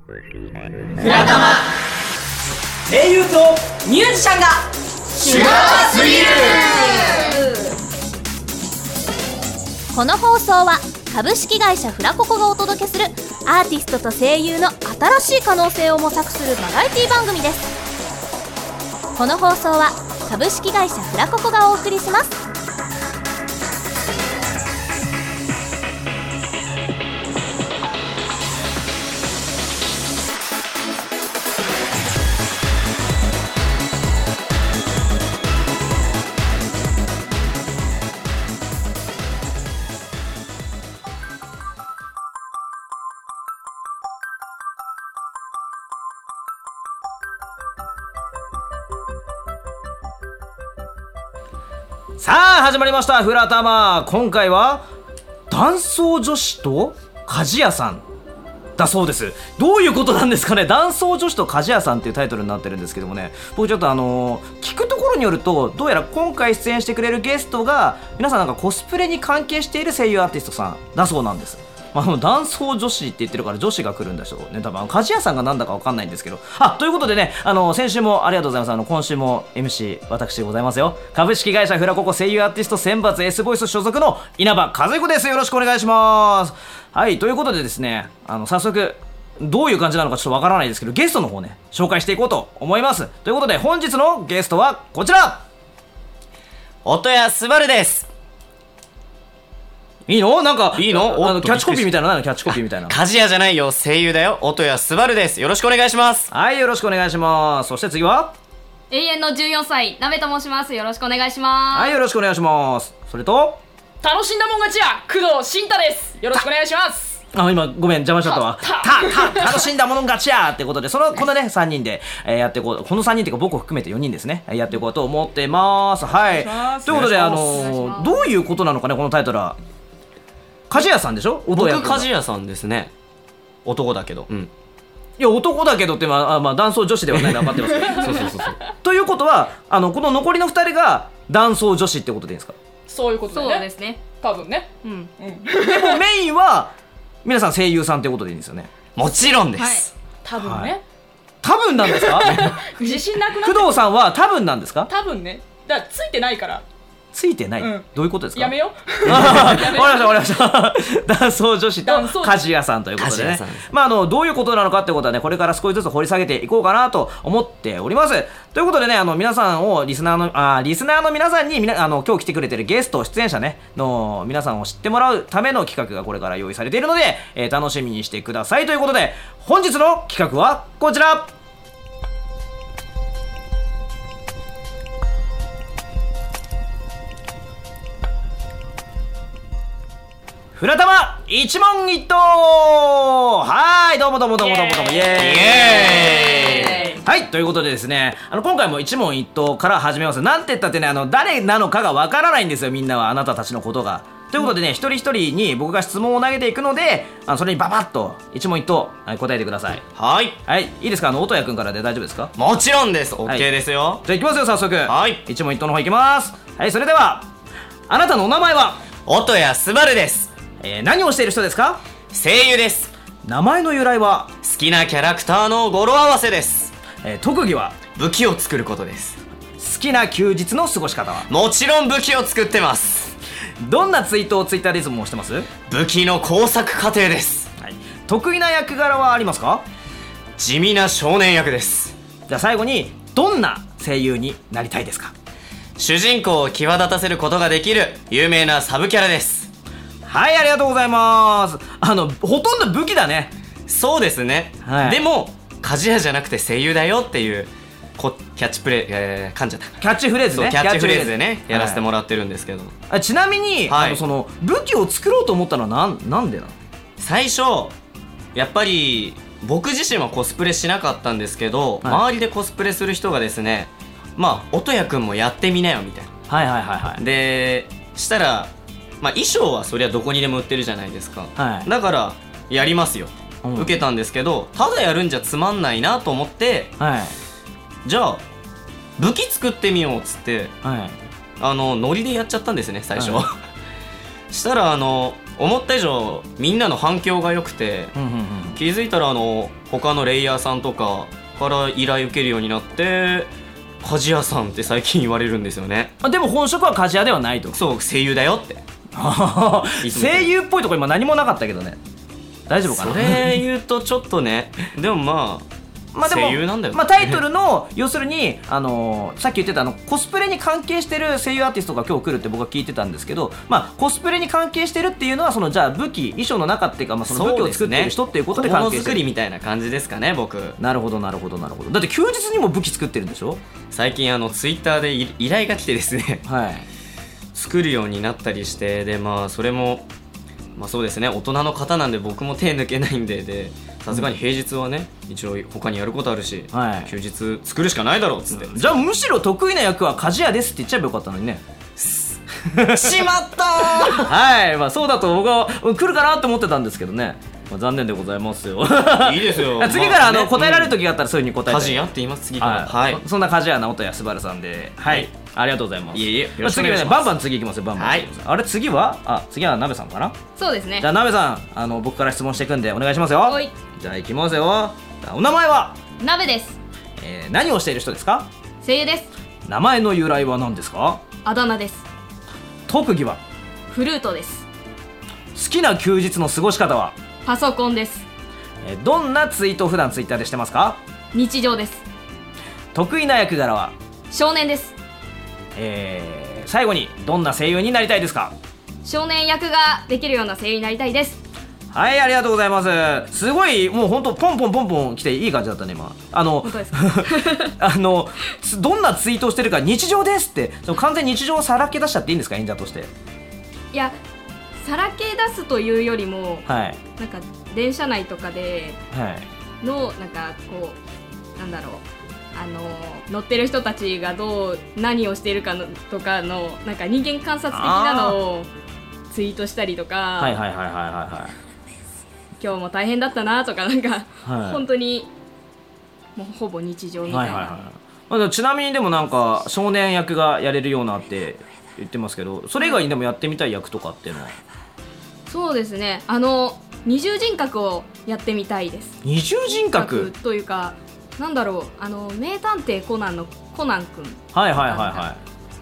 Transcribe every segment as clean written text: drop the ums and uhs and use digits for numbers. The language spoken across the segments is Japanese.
フラタマ声優とミュージシャンがシュガーすぎる。 この放送は株式会社フラココがお届けするアーティストと声優の新しい可能性を模索するバラエティ番組です。この放送は株式会社フラココがお送りします。 さあ始まりましたフラタマ。今回は男装女子と鍛冶屋さんだそうです。どういうことなんですかね。男装女子と鍛冶屋さんっていうタイトルになってるんですけどもね、僕ちょっと聞くところによると、どうやら今回出演してくれるゲストが皆さんなんかコスプレに関係している声優アーティストさんだそうなんです。男装女子って言ってるから女子が来るんだしょうね。多分鍛冶屋さんがなんだか分かんないんですけど、ということでね、先週もありがとうございます。今週も MC 私でございますよ。株式会社フラココ声優アーティスト選抜 S ボイス所属の稲葉和彦です。よろしくお願いします。はい、ということでですね、早速どういう感じなのかちょっとわからないですけど、ゲストの方ね紹介していこうと思います。ということで本日のゲストはこちら、 音谷すばるです。 いいの？なんかいいの？ キャッチコピーみたいなの？キャッチコピーみたいな。 鍛冶屋じゃないよ、声優だよ。音谷すばるです。よろしくお願いします。 はい、よろしくお願いします。そして次は永遠の14歳なべと申します。よろしくお願いします。 はい、よろしくお願いします。それと楽しんだもん勝ちや工藤慎太です。よろしくお願いします。 今ごめん邪魔しちゃったわ。楽しんだもの勝ちやってことで、このね3人で、やっていこう。この3人っていうか僕を含めて4人ですね、やっていこうと思ってます。はい、ということでどういうことなのかね、このタイトルは。鍛冶屋さんでしょ。 僕鍛冶屋さんですね。男だけど。 いや男だけどって男装女子ではないのは分かってますけどそうということはこの残りの2人が男装女子ってことでいいんですか。 そういうことだね。 そうですね。 多分ね。 うん。 でもメインは皆さん声優さんってことでいいんですよね。 もちろんではいす。 多分はね。 多分なんですか自信なくなって工藤さんは多分なんですか。 多分ね。だからついてないからついてない、どういうことですか。 やめよう。 わかりました男装女子と鍛冶屋さんということでね。どういうことなのかってことはね、これから少しずつ掘り下げていこうかなと思っております。ということでね、皆さんをリスナーの皆さんに今日来てくれてるゲスト出演者ねの皆さんを知ってもらうための企画がこれから用意されているので、楽しみにしてくださいということで、本日の企画はこちら。フラタマ一問一答。はい、どうもイエーイ。はい、ということでですね、今回も一問一答から始めます。なんて言ったってね、誰なのかがわからないんですよ、みんなは。あなたたちのことが。ということでね、一人一人に僕が質問を投げていくので、それにババッと一問一答、答えてください。 はい、 いいですか。音谷くんからで大丈夫ですか。 もちろんです。 OK ですよ。 じゃあいきますよ、早速。 はい、 一問一答の方いきます。はい、それではあなたのお名前は。 音谷すばるです。 何をしている人ですか。 声優です。 名前の由来は。 好きなキャラクターの語呂合わせです。 特技は。 武器を作ることです。 好きな休日の過ごし方は。 もちろん武器を作ってます。 どんなツイートをツイッターでいつもしてます。 武器の工作過程です。 得意な役柄はありますか。 地味な少年役です。 じゃあ最後に、どんな声優になりたいですか。 主人公を際立たせることができる有名なサブキャラです。 はい、ありがとうございます。ほとんど武器だね。 そうですね、でも鍛冶屋じゃなくて声優だよっていうキャッチフレーズね。 キャッチフレーズでね、やらせてもらってるんですけど、 ちなみに、その武器を作ろうと思ったのはなんでなの。 最初やっぱり僕自身はコスプレしなかったんですけど、周りでコスプレする人がですね、音谷くんもやってみなよみたいな。でしたら、衣装はそりゃどこにでも売ってるじゃないですか、だからやりますよ、受けたんですけど、ただやるんじゃつまんないなと思って、じゃあ武器作ってみようっつって、ノリでやっちゃったんですね最初、したら思った以上みんなの反響が良くて、気づいたら他のレイヤーさんとかから依頼受けるようになって鍛冶屋さんって最近言われるんですよね。 でも本職は鍛冶屋ではないと。 そう、声優だよって声優っぽいとこ今何もなかったけどね、大丈夫かな。 それ言うとちょっとねでもまあでも声優なんだよ、 タイトルの要するにさっき言ってたコスプレに関係してる声優アーティストが今日来るって僕は聞いてたんですけど、コスプレに関係してるっていうのはじゃあ武器衣装の中っていうか、その武器を作ってる人っていうことで関係してる、 ものづくりみたいな感じですかね僕。 なるほどなるほどなるほど。だって休日にも武器作ってるんでしょ。 最近ツイッターで依頼が来てですねはい作るようになったりして、でそれもそうですね、大人の方なんで僕も手抜けないんでさすがに平日はね一応他にやることあるし、 はい休日作るしかないだろうっつって、 じゃあむしろ得意な役は鍛冶屋ですって言っちゃえばよかったのにね。 しまったーはい、そうだと僕は来るかなと思ってたんですけどね、残念でございますよ。 いいですよ次から答えられる時があったらそういう風に答えて、 鍛冶屋って言います次から。はい、 そんな鍛冶屋直人康晴さんで、はい、ありがとうございます。 いえいえ、よろしくお次はね願いします。 バンバン次いきますよ、バンバン。 はい、 あれ次はなべさんかな。 そうですね。 じゃあなべさん僕から質問していくんでお願いしますよ。 はい。 じゃあいきますよ。お名前は鍋です。 何をしている人ですか。 声優です。 名前の由来は何ですか。 あだ名です。 特技は。 フルートです。 好きな休日の過ごし方は。 パソコンです。 どんなツイートを普段ツイッターでしてますか。 日常です。 得意な役柄は。 少年です。 最後にどんな声優になりたいですか。 少年役ができるような声優になりたいです。 はい、ありがとうございます。すごいもう本当ポンポンポンポン来ていい感じだったね今。 本当ですか。 どんなツイートをしてるか日常ですって完全に日常をさらけ出しちゃっていいんですか、演者として。 いや、さらけ出すというよりも、 はい、 なんか電車内とかでの、なんかこうなんだろう、乗ってる人たちが何をしているかのとかのなんか人間観察的なのをツイートしたりとか、 はいはいはいはいはい。 今日も大変だったなとか、なんか、 はい、 本当にもうほぼ日常みたいな。 はいはいはい。ちなみにでもなんか少年役がやれるようなって言ってますけど、それ以外にでもやってみたい役とかっていうのは。 そうですね、二重人格をやってみたいです。 二重人格というか、なんだろう、名探偵コナンのコナン君。 はいはいはいはい。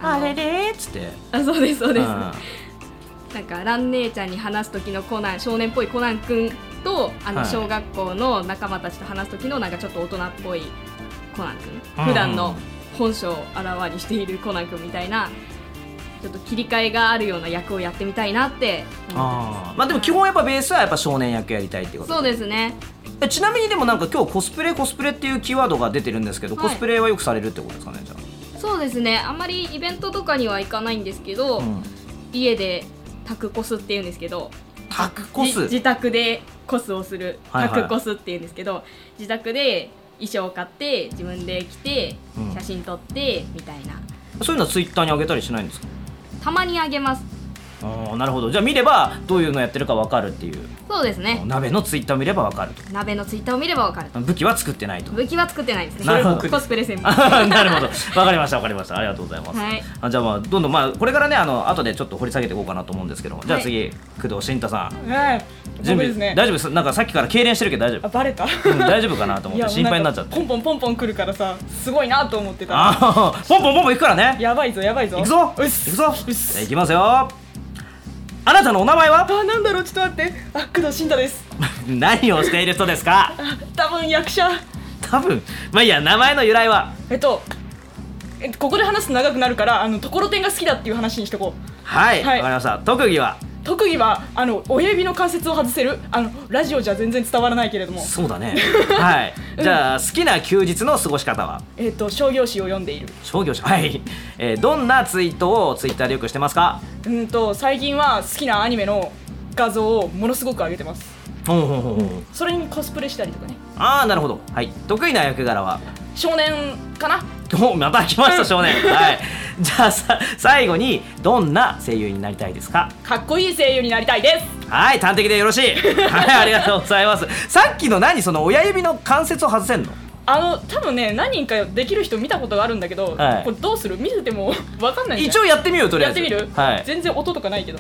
あれれーっつって。 そうですそうです。なんか蘭姉ちゃんに話す時の少年っぽいコナン君と小学校の仲間たちと話す時のなんかちょっと大人っぽいコナン君、普段の本性をあらわにしているコナン君みたいな、ちょっと切り替えがあるような役をやってみたいなって思ってます。 でも基本やっぱベースはやっぱ少年役やりたいってこと。 そうですね。 ちなみにでもなんか今日コスプレっていうキーワードが出てるんですけど、コスプレはよくされるってことですかね。じゃあそうですね、あんまりイベントとかには行かないんですけど、家でタクコスっていうんですけど、 タクコス、 自宅でコスをするタクコスっていうんですけど、自宅で衣装を買って自分で着て写真撮ってみたいな、 そういうのはツイッターに上げたりしないんですか。 たまにあげます。 なるほど。じゃあ見ればどういうのやってるか分かるっていう。 そうですね、 鍋のツイッターを見れば分かると。 鍋のツイッターを見れば分かると。 武器は作ってないと。 武器は作ってないですね。 なるほど、 コスプレ専門。 なるほど、分かりました分かりました。ありがとうございます。 はい、 じゃあどんどんこれからね後でちょっと掘り下げていこうかなと思うんですけども、じゃあ次、工藤慎太さん、準備、ね、大丈夫です。なんかさっきから痙攣してるけど大丈夫。 バレた。 大丈夫かなと思って心配になっちゃって。 ポンポンポンポン来るからさ、すごいなと思ってた。 ポンポンポンポン行くからね。 やばいぞやばいぞ。 行くぞ行くぞ。行きますよ。あなたのお名前は。 なんだろう、ちょっと待って。工藤慎太です。 何をしている人ですか。 多分役者。 多分。まあいいや、名前の由来は。 ここで話すと長くなるからところてんが好きだっていう話にしとこう。 はい、わかりました。特技は。 特技は親指の関節を外せる。ラジオじゃ全然伝わらないけれども。 そうだね。はい。じゃあ好きな休日の過ごし方は。 商業誌を読んでいる。 商業誌、はい。どんなツイートをツイッターでよくしてますか。 最近は好きなアニメの画像をものすごく上げてます。それにコスプレしたりとかね。 なるほど。はい。得意な役柄は。 少年かな。 また来ました少年。はい。じゃあ最後にどんな声優になりたいですか。 かっこいい声優になりたいです。 はい、端的でよろしい。はい、ありがとうございます。さっきのその親指の関節を外せんの。 多分ね、何人かできる人見たことがあるんだけど、これどうする？見せても分かんない。 一応やってみよう。とりあえずやってみる。はい。全然音とかないけど。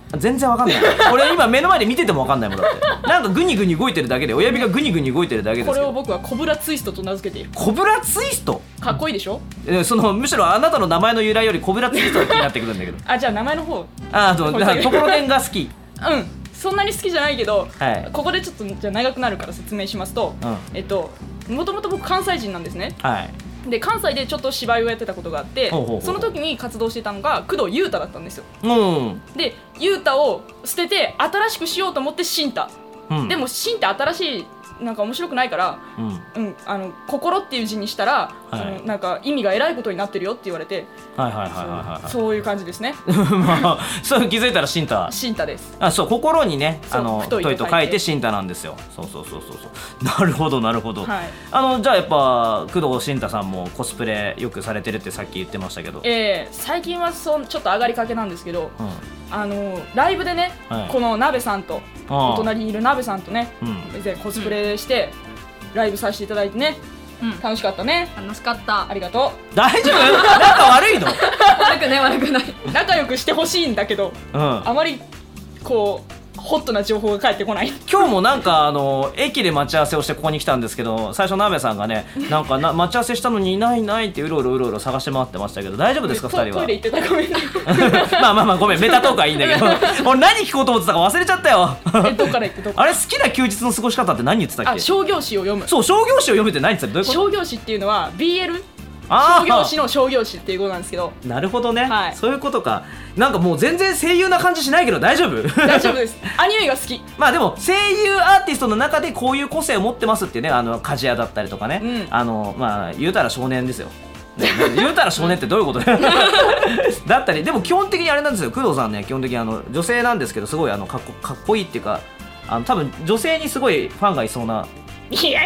全然わかんない俺今目の前で見ててもわかんないもんだってなんかグニグニ動いてるだけで親指がグニグニ動いてるだけですけど、 これを僕はコブラツイストと名付けている。 コブラツイストかっこいいでしょ。 むしろあなたの名前の由来よりコブラツイストが気になってくるんだけどあ、じゃあ名前の方。 ところてんが好きそんなに好きじゃないけど、 はい、 ここでちょっとじゃあ長くなるから説明しますと、もともと僕関西人なんですね。 はいで関西でちょっと芝居をやってたことがあって、その時に活動してたのが工藤優太だったんですよ。で優太を捨てて新しくしようと思って新太、でも新って新しいなんか面白くないから、心っていう字にしたら、なんか意味がえらいことになってるよって言われて、そういう感じですね。 まあそう気づいたら新太です。 そう心にね太いと書いて新太なんですよ。そうなるほどなるほど、じゃあやっぱ工藤新太さんもコスプレよくされてるってさっき言ってましたけど、 最近はちょっと上がりかけなんですけど、ライブでね、この鍋さんとお隣にいる鍋さんとね、以前コスプレしてライブさせていただいてね、楽しかったね。 楽しかった。 ありがとう。大丈夫？仲悪いの？ 悪くない。 仲良くしてほしいんだけど、あまりこうホットな情報が返ってこない。 今日もなんか駅で待ち合わせをしてここに来たんですけど、最初鍋さんがねなんか待ち合わせしたのにいないってうろうろ探して回ってましたけど、大丈夫ですか2人は。 トイレ行ってた。ごめんね。 まあごめん、メタトークはいいんだけど俺何聞こうと思ってたか忘れちゃったよ。 どっから行ってあれ好きな休日の過ごし方って何言ってたっけ？ 商業誌を読む。 そう、商業誌を読むって何言ってた？どういうこと？ 商業誌っていうのは BL商業誌の商業誌っていうことなんですけど。 なるほどね、そういうことか。なんかもう全然声優な感じしないけど大丈夫？ 大丈夫です。アニメが好き。 まあでも声優アーティストの中でこういう個性を持ってますっていうね、鍛冶屋だったりとかね、まあ言うたら少年ですよ。言うたら少年ってどういうことだったり、でも基本的にあれなんですよ、工藤さんね、基本的に女性なんですけどすごいかっこいいっていうか、多分女性にすごいファンがいそうな。 いや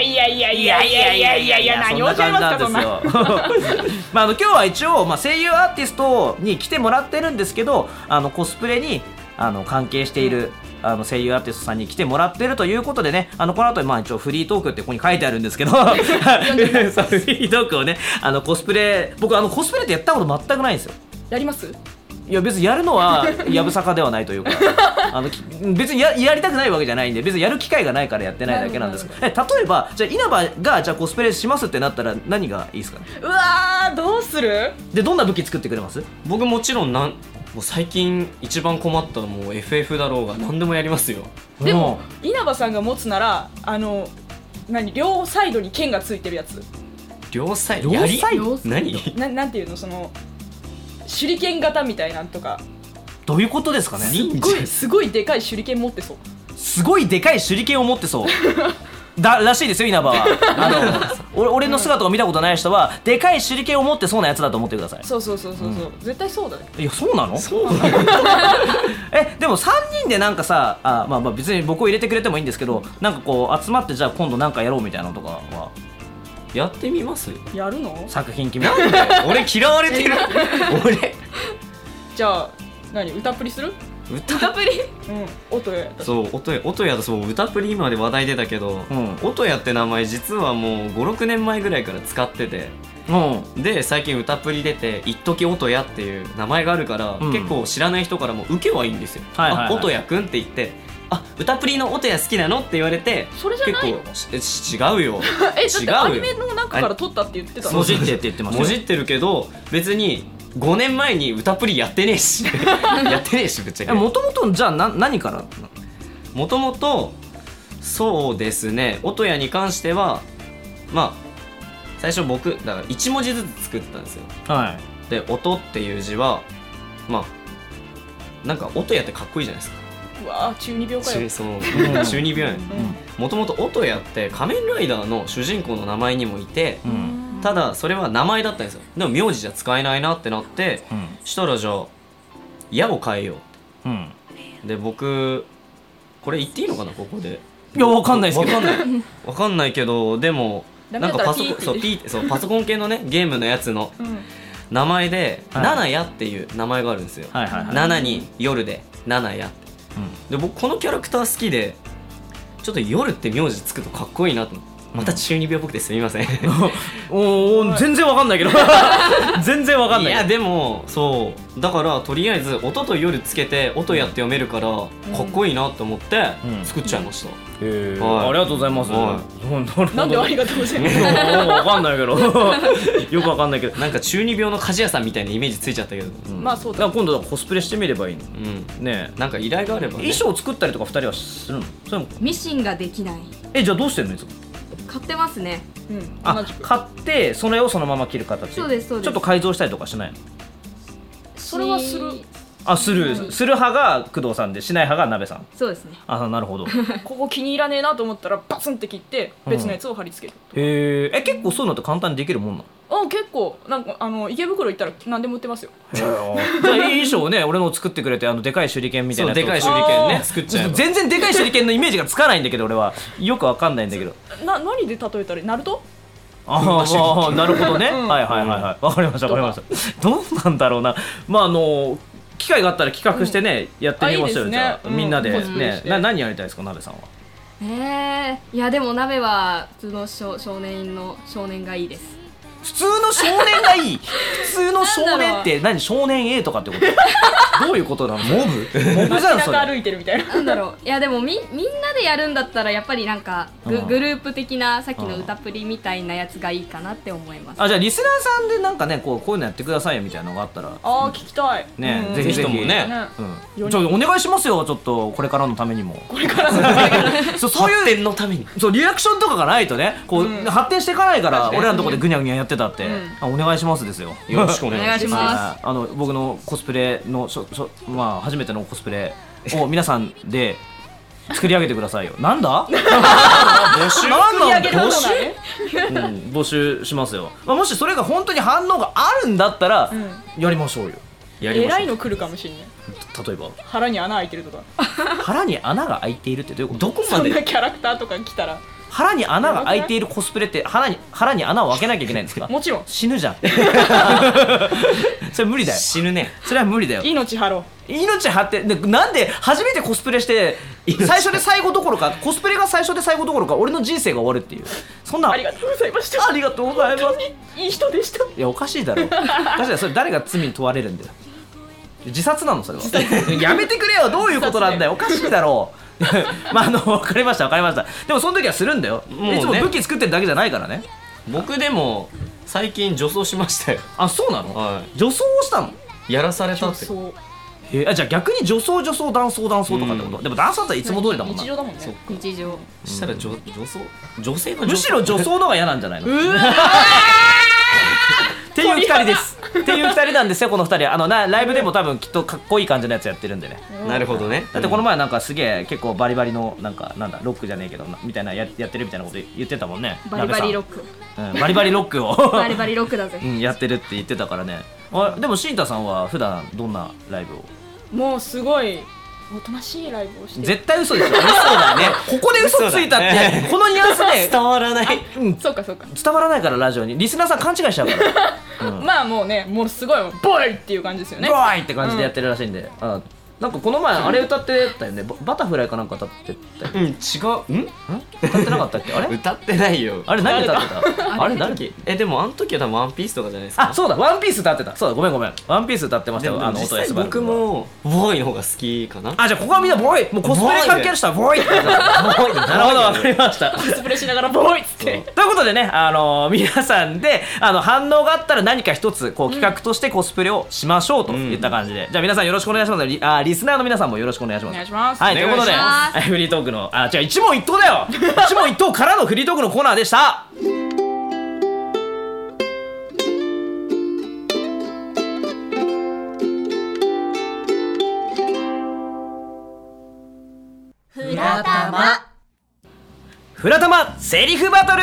何をおっしゃいますかそんな。 まあ今日は一応声優アーティストに来てもらってるんですけど、コスプレに関係している声優アーティストさんに来てもらってるということでね、この後一応フリートークってここに書いてあるんですけどそうフリートークをねコスプレ、僕コスプレってやったこと全くないんですよ。 やります？ いや別にやるのはやぶさかではないというか別に やりたくないわけじゃないんで、別にやる機会がないからやってないだけなんですけど、例えばじゃあ稲葉がじゃあコスプレしますってなったら何がいいですかね？ うわー、どうする？ でどんな武器作ってくれます？ 僕もちろんもう最近一番困ったのもう FF だろうが何でもやりますよ。 でも稲葉さんが持つなら両サイドに剣がついてるやつ。 両サイド？何？ なんていうの、手裏剣型みたいなんとか。 どういうことですかね？ すごいでかい手裏剣持ってそう。 すごいでかい手裏剣を持ってそうらしいですよ、稲葉は。俺の姿を見たことない人はでかい手裏剣を持ってそうなやつだと思ってください。 そう、絶対そうだね。 いや、そうなの？でも3人でなんかさ、まあ別に僕を入れてくれてもいいんですけど、なんかこう集まってじゃあ今度なんかやろうみたいなのとかはやってみます？ やるの？ 作品決めなんで俺嫌われてる俺じゃあ歌プリする？ 歌プリ？ 音やったそう、音やだ。そう、歌プリ今まで話題出たけど、音やって名前実はもう 5,6 年前ぐらいから使ってて、で最近歌プリ出て一時音やっていう名前があるから、結構知らない人からも受けはいいんですよ。音やくんって言って、歌プリの音や好きなのって言われて、 それじゃないの？ 結構違うよ。 だってアニメの中から撮ったって言ってたの？ もじってって言ってますよ。 もじってるけど別に5年前に歌プリやってねえしぶっちゃけ。 もともとじゃあ何から？ もともとそうですね、音やに関しては最初僕だから1文字ずつ作ってたんですよ。で音っていう字はなんか音やってかっこいいじゃないですか。 うわー、中二病かよ。 中二病やね。もともと音やって仮面ライダーの主人公の名前にもいて、ただそれは名前だったんですよ。でも名字じゃ使えないなってなって、したらじゃあ矢を変えようって、で僕これ言っていいのかなここで？ いや、わかんないですけど。 わかんないけど、でもなんかパソコン系のねゲームのやつの名前で七矢っていう名前があるんですよ。7に夜で七矢って、で僕このキャラクター好きで、ちょっと夜って名字つくとかっこいいなと思って。 また中二病僕ですみませんお全然わかんないけど全然わかんない。 いやでもそうだからとりあえず音と夜つけて音やって読めるからかっこいいなと思って作っちゃいました。 ありがとうございます。 なんでありがとうございます。 わかんないけどよくわかんないけど、 なんか中二病の鍛冶屋さんみたいなイメージついちゃったけど、 まあそうだ。 今度はコスプレしてみればいいの。ねなんか依頼があれば衣装作ったりとか2人はするの？それもミシンができない。 じゃあどうしてんのいつも？ 買ってますね。 買ってそれをそのまま着る形。 そうですそうです。 ちょっと改造したりとかしないの？ それはする。 する派が工藤さんでしない派が鍋さん。 そうですね。 なるほどここ気に入らねえなと思ったらバツンって切って別のやつを貼り付ける。結構そういうのって簡単にできるもんなの？ 結構なんか池袋行ったら何でも売ってますよ。 じゃあいい衣装をね俺の作ってくれてでかい手裏剣みたいなやつでかい手裏剣ね作っちゃう。 全然でかい手裏剣のイメージがつかないんだけど俺はよくわかんないんだけど何で例えたらナルト？ なるほどね。はいわかりましたどうなんだろうな。機会があったら企画してねやってみましょうよ。じゃあみんなでね何やりたいですか鍋さんは？ いやでも鍋は普通の少年がいいです。 普通の少年がいい？普通の少年って何？少年 A とかってこと？どういうことなの？モブじゃんそれ。 歩いてるみたいな。 なんだろう。いやでもみんなでやるんだったらやっぱりなんかグループ的なさっきの歌プリみたいなやつがいいかなって思います。 じゃあリスナーさんでなんかねこういうのやってくださいよみたいなのがあったら聞きたいね。ぜひともねお願いしますよ。ちょっとこれからのためにも。 これからのためにそういう発展のためにリアクションとかがないとね発展していかないから俺らのところでぐにゃぐにゃやってたってお願いしますですよ。 よろしくお願いします。 僕のコスプレの初めてのコスプレを皆さんで作り上げてくださいよ。なんだ？募集しますよ。もしそれが本当に反応があるんだったらやりましょうよ。 偉いの来るかもしれない。 例えば腹に穴開いてるとか。 腹に穴が開いているってどういうこと？ どこまで？ そんなキャラクターとか来たら腹に穴が開いているコスプレって腹に穴を開けなきゃいけないんですか？ もちろん死ぬじゃんそれ無理だよ。 死ぬね。 それは無理だよ。 命張ろう。 命張ってなんで初めてコスプレして最初で最後どころかコスプレが最初で最後どころか俺の人生が終わるっていうそんな。 ありがとうございました。 ありがとうございます。 いい人でした。 いやおかしいだろ。おかしいだろ。それ誰が罪に問われるんだよ。自殺なのそれは。やめてくれよ。どういうことなんだよ。おかしいだろう分かりましたでもその時はするんだよ。いつも武器作ってるだけじゃないからね。 僕でも最近女装しましたよ。 そうなの？女装をしたの？ やらされたって。 じゃあ逆に女装男装とかってこと？でも男装だったらいつも通りだもんな。 日常だもんね。 日常したら女性のむしろ女装の方が嫌なんじゃないの？っていう2人ですっていう2人なんですよこの2人。ライブでも多分きっとかっこいい感じのやつやってるんでね。 なるほどね。 だってこの前なんかすげえ結構バリバリのなんだロックじゃねえけどみたいなやってるみたいなこと言ってたもんね。 バリバリロック。 バリバリロックをバリバリロックだぜやってるって言ってたからね。でもシンタさんは普段どんなライブを？ もうすごいおとなしいライブをして。 絶対嘘でしょ。嘘だね。ここで嘘ついたってこのニュアンスで伝わらない。 そうか伝わらないからラジオにリスナーさん勘違いしちゃうからまあもうねもうすごいボイっていう感じですよね。 ボイって感じでやってるらしいんで。なんかこの前あれ歌ってたよね。バタフライかなんか歌ってたよ。 違う。 歌ってなかったっけ？あれ歌ってないよ。 あれ何歌ってた？あれ何？ でもあの時は多分ワンピースとかじゃないですか。 そうだワンピース歌ってた。そうだごめんワンピース歌ってましたよ。 実際僕もボーイの方が好きかな。 じゃあここはみんなボーイもうコスプレ関係ある人はボーイってなるほどわかりました。 コスプレしながらボーイっつって。 ということでね皆さんで反応があったら何か一つこう企画としてコスプレをしましょうといった感じでじゃあ皆さんよろしくお願いします。リスナーの皆さんもよろしくお願いします。 お願いします。 はいということでフリートークの一問一答だよ一問一答からのフリートークのコーナーでした。フラタマセリフバトル。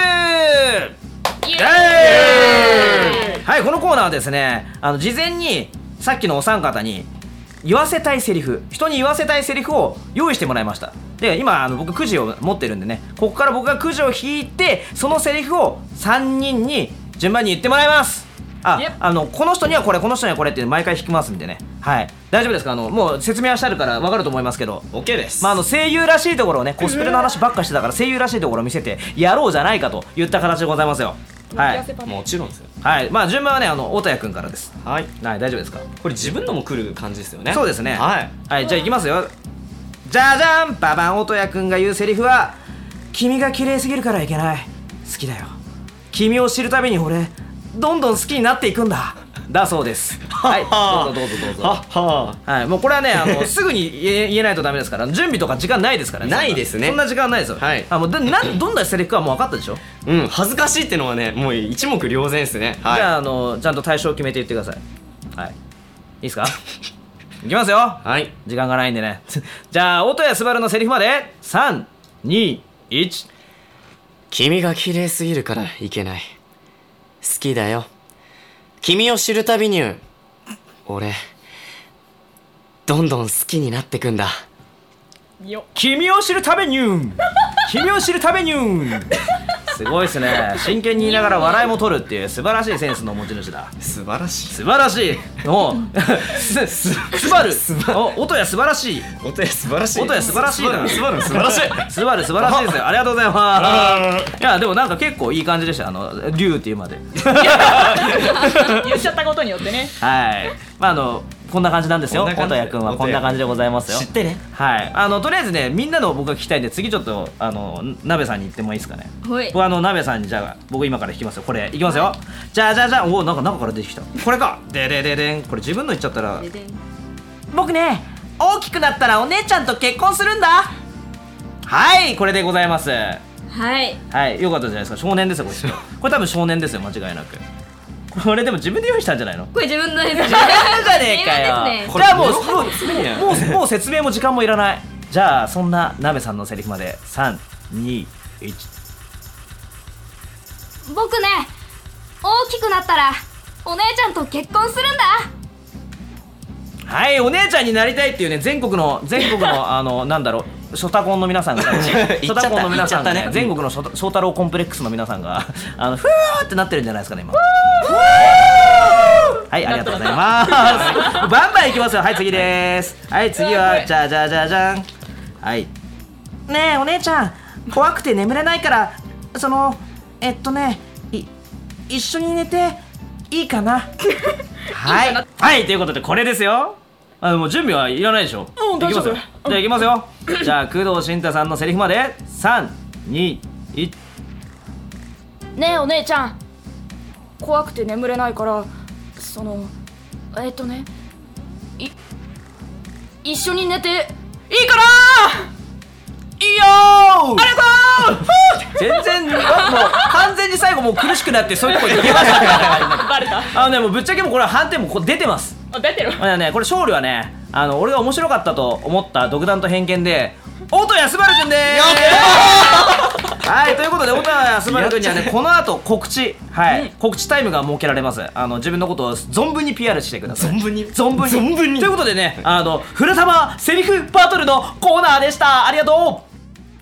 はいこのコーナーはですね事前にさっきのお三方に言わせたいセリフ人に言わせたいセリフを用意してもらいました。で今僕くじを持ってるんでねここから僕がくじを引いてそのセリフを3人に順番に言ってもらいます。この人にはこれこの人にはこれって毎回引きますんでね。 はい、大丈夫ですか？もう説明はしてあるから分かると思いますけど OK です。 声優らしいところをね、コスプレの話ばっかしてたから声優らしいところを見せてやろうじゃないかといった形でございますよ。はい、 もちろんですよ。 はい、順番はね大戸谷君からです。 はい、 大丈夫ですか？ これ自分のも来る感じですよね。 そうですね。 はい、 はい、じゃあいきますよ。じゃじゃん、ババン。大戸谷君が言うセリフは、君が綺麗すぎるからいけない、好きだよ、君を知るたびに俺どんどん好きになっていくんだ、だそうです。はい、どうぞ。はい、もうこれはねすぐに言えないとダメですから、準備とか時間ないですからね。 ないですね。 そんな時間ないですよ。はい、もうどんなセリフかもう分かったでしょ。 うん、恥ずかしいってのはね、もう一目瞭然ですね。はい、 じゃあちゃんと対象を決めて言ってください。はい、いいですか？いきますよ。 はい、 時間がないんでね。じゃあ大戸谷すばるのセリフまで3、2、1。 君が綺麗すぎるからいけない、好きだよ、君を知るたびに俺どんどん好きになってくんだ。 君を知るたびに君を知るたびにすごいですね。真剣に言いながら笑いも取るっていう素晴らしいセンスの持ち主だ。 素晴らしい、 素晴らしい。すばる、音や素晴らしい、 音や素晴らしい、 音や素晴らしいな、 素晴らしい、素晴らしい、 素晴らしいですよ。ありがとうございます。いやでもなんか結構いい感じでした。竜っていうまで言っちゃったことによってね。 はい、こんな感じなんですよ。大戸谷君はこんな感じでございますよ。 知ってね。 はい、とりあえずね、みんなの僕が聞きたいんで、次ちょっと鍋さんに言ってもいいですかね。 はい、 僕鍋さんに、じゃあ僕今から弾きますよ。これいきますよ。じゃあおお、なんか中から出てきた。これか。でん。これ自分の言っちゃったら、僕ね、大きくなったらお姉ちゃんと結婚するんだ。はい、これでございます。 はいはい、よかったじゃないですか。少年ですよ、これ多分少年ですよ、間違いなく。これでも自分で用意したんじゃないの？ これ自分のやつじゃねえかよ。じゃあもう説明も時間もいらない。じゃあそんな鍋さんのセリフまで3、2、1。 僕ね、大きくなったらお姉ちゃんと結婚するんだ。 はい、お姉ちゃんになりたいっていうね、全国のなんだろう、ショタコンの皆さんがね、ショタコンの皆さんがね、全国の翔太郎コンプレックスの皆さんがふーってなってるんじゃないですかね今。はい、ありがとうございます。バンバンいきますよ。はい、次です。はい、次はじゃん。はい。ねえお姉ちゃん、怖くて眠れないから一緒に寝ていいかな。はい、ということでこれですよ。もう準備はいらないでしょ。いきますよ。じゃあいきますよ。じゃあ工藤新太さんのセリフまで3、2、1。 ねえお姉ちゃん、怖くて眠れないから一緒に寝ていいかな。 いいよー。ありがとう。全然もう完全に最後もう苦しくなってそういうところに行きましたね。 バレた。 もうぶっちゃけもこれは判定も出てます。 出てる。 これ勝利はね、俺が面白かったと思った独断と偏見で大戸谷すばるくんでーす。はい、ということで大戸谷すばるくんにはね、この後告知タイムが設けられます。自分のことを存分に PR してください。存分にということでね、フルタマセリフバトルのコーナーでした。ありがとう。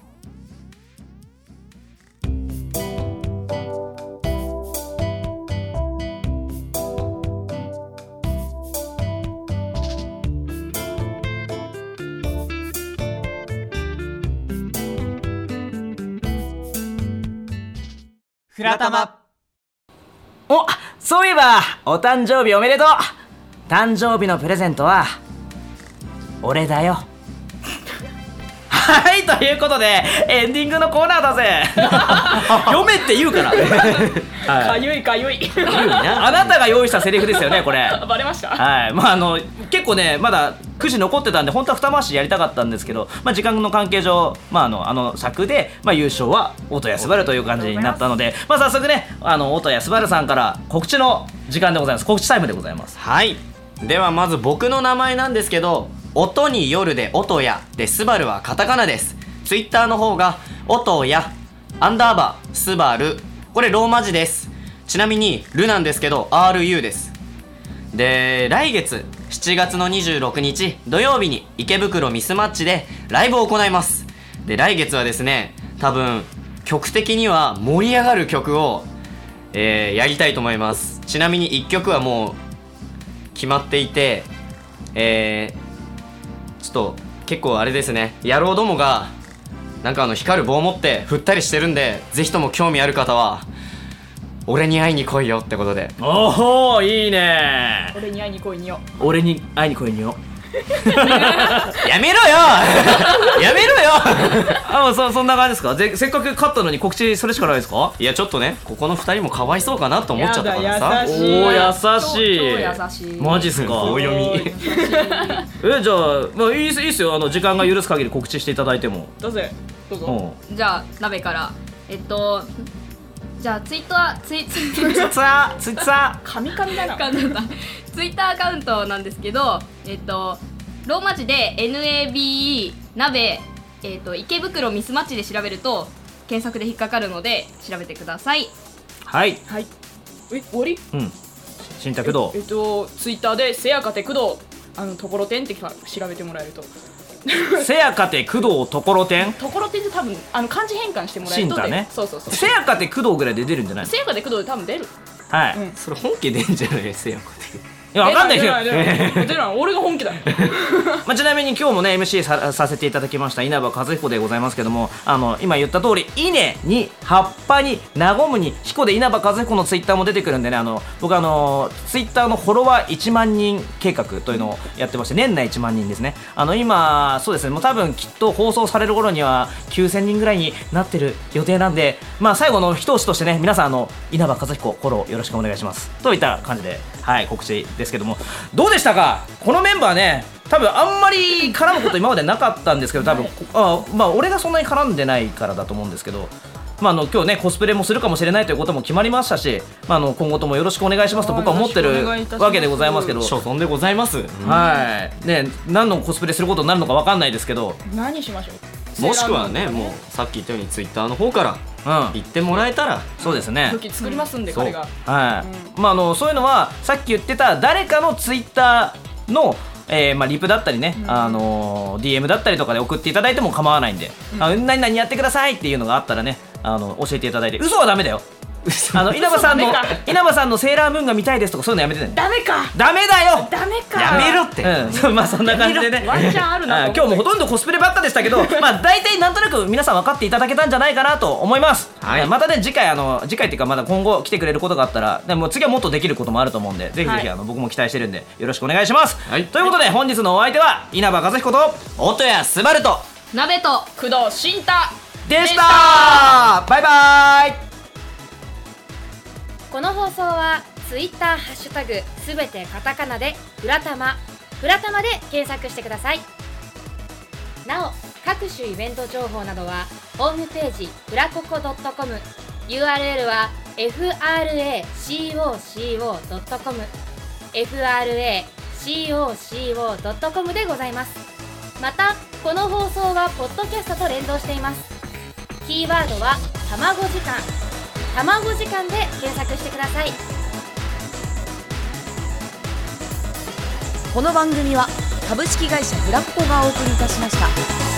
フラタマ。 お、そういえばお誕生日おめでとう。誕生日のプレゼントは俺だよ。はい、ということでエンディングのコーナーだぜ。読めって言うから。 かゆいあなたが用意したセリフですよね、これ。 バレました。 はい、結構ねまだ9時残ってたんで本当は2回しやりたかったんですけど、時間の関係上、尺で、優勝は大戸谷すばるという感じになったので、早速ね大戸谷すばるさんから告知の時間でございます。告知タイムでございます。 はい、ではまず僕の名前なんですけど、音に夜で音やで、スバルはカタカナです。ツイッターの方が音や_スバル、これローマ字です。ちなみにルなんですけど RU です。で、来月7月の26日土曜日に池袋ミスマッチでライブを行います。で、来月はですね、多分曲的には盛り上がる曲を、やりたいと思います。ちなみに1曲はもう決まっていて、 ちょっと結構あれですね、野郎どもがなんか光る棒を持って振ったりしてるんで、ぜひとも興味ある方は俺に会いに来いよってことで。 おお、いいね。 俺に会いに来いによ。 俺に会いに来いによ。 やめろよやめろよそんな感じですか。せっかく勝ったのに告知それしかないですか。 いやちょっとね、ここの2人もかわいそうかなと思っちゃったからさ。 優しい。 おー優しい。 超優しい。 マジっすか。 棒読み。 じゃあ、まあ、いいっすよ。時間が許す限り告知していただいても。 どうぞ。 じゃあ鍋からじゃあツイッターカミカミだな。 ツイッターアカウントなんですけど、ローマ字で NABE 鍋、池袋ミスマッチで調べると検索で引っかかるので調べてください。 はいはい。終わり？ うん。新宅道。 ツイッターでせやかて工藤ところてんって調べてもらえると。 せやかて工藤ところてん。 ところてんって多分漢字変換してもらえると。 新太ね。 そう。 せやかて工藤ぐらいで出るんじゃない？ せやかて工藤で多分出る。 はい。 それ本家出んじゃない？せやかて。 いや、わかんないけど。 出ない。俺が本気だよ。 ちなみに今日もね MC させていただきました稲葉和彦でございますけども、今言った通り稲に葉っぱに和むに彦で稲葉和彦のツイッターも出てくるんでね、僕ツイッターのフォロワー1万人計画というのをやってまして、年内1万人ですね。今そうですね、もう多分きっと放送される頃には9000人ぐらいになってる予定なんで、まあ最後の一押しとしてね、皆さん稲葉和彦フォローよろしくお願いしますといった感じで、はい、告知ですけども、どうでしたかこのメンバーね。多分あんまり絡むこと今までなかったんですけど、多分まあ俺がそんなに絡んでないからだと思うんですけど、まあ今日ねコスプレもするかもしれないということも決まりましたし、今後ともよろしくお願いしますと僕は思ってるわけでございますけど、 所存でございます。 はいね、何のコスプレすることになるのか分かんないですけど、 何しましょう。 もしくはね、もうさっき言ったようにツイッターの方から言ってもらえたら、 そうですね、 武器作りますんで彼が。 はい、まあそういうのはさっき言ってた誰かのツイッターのまあ、リプだったりね、DM だったりとかで送っていただいても構わないんで、何々やってくださいっていうのがあったらね、教えていただいて。嘘はダメだよ。稲葉さんのセーラームーンが見たいですとかそういうのやめてね。 ダメか。 ダメだよ。 ダメか。 やめろって。 まあそんな感じでね。 ワンチャンあるな。 今日もほとんどコスプレばっかでしたけど、まあ大体なんとなく皆さん分かっていただけたんじゃないかなと思います。またね次回っていうかまだ今後来てくれることがあったら、でも次はもっとできることもあると思うんで、ぜひぜひ僕も期待してるんでよろしくお願いします。ということで本日のお相手は稲葉和彦と音谷すばると鍋と工藤新太でした。バイバイ。 この放送はツイッターハッシュタグすべてカタカナでフラタマで検索してください。なお各種イベント情報などはホームページフラココ .com、 URL は fracoco.com でございます。またこの放送はポッドキャストと連動しています。キーワードは卵時間で検索してください。 この番組は株式会社フラッコがお送りいたしました。